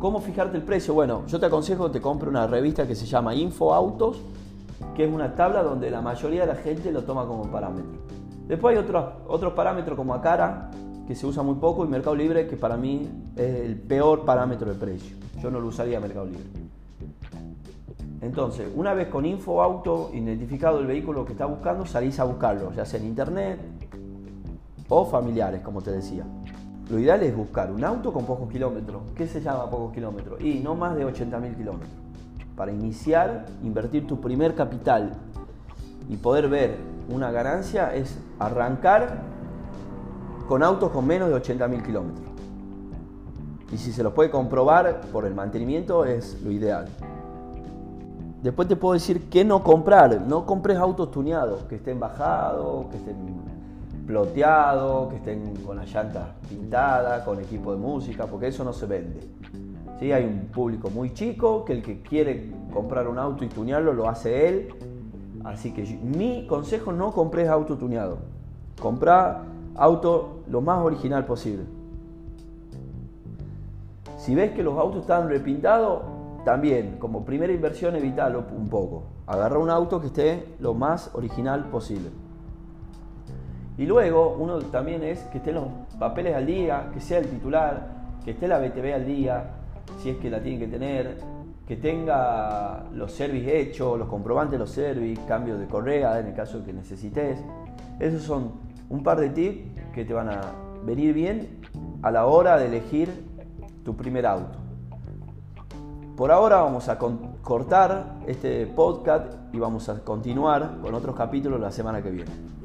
¿Cómo fijarte el precio? Bueno, yo te aconsejo que te compre una revista que se llama Info Autos, que es una tabla donde la mayoría de la gente lo toma como parámetro. Después hay otros parámetros como Acara, que se usa muy poco, y Mercado Libre, que para mí es el peor parámetro de precio. Yo no lo usaría Mercado Libre. Entonces, una vez con Info Auto identificado el vehículo que está buscando, salís a buscarlo, ya sea en internet o familiares, como te decía. Lo ideal es buscar un auto con pocos kilómetros. ¿Qué se llama pocos kilómetros? Y no más de 80.000 kilómetros. Para iniciar, invertir tu primer capital y poder ver una ganancia es arrancar con autos con menos de 80.000 kilómetros. Y si se los puede comprobar por el mantenimiento es lo ideal. Después te puedo decir qué no comprar. No compres autos tuneados, que estén bajados, que estén ploteados, que estén con las llantas pintadas, con equipo de música, porque eso no se vende. ¿Sí? Hay un público muy chico que el que quiere comprar un auto y tunearlo lo hace él. Así que mi consejo: no compres auto tuneado. Comprá auto lo más original posible. Si ves que los autos están repintados, también, como primera inversión, evitalo un poco. Agarra un auto que esté lo más original posible. Y luego, uno también es que estén los papeles al día, que sea el titular, que esté la BTV al día, si es que la tienen que tener, que tenga los service hechos, los comprobantes de los service, cambios de correa en el caso de que necesites. Esos son un par de tips que te van a venir bien a la hora de elegir tu primer auto. Por ahora vamos a cortar este podcast y vamos a continuar con otros capítulos la semana que viene.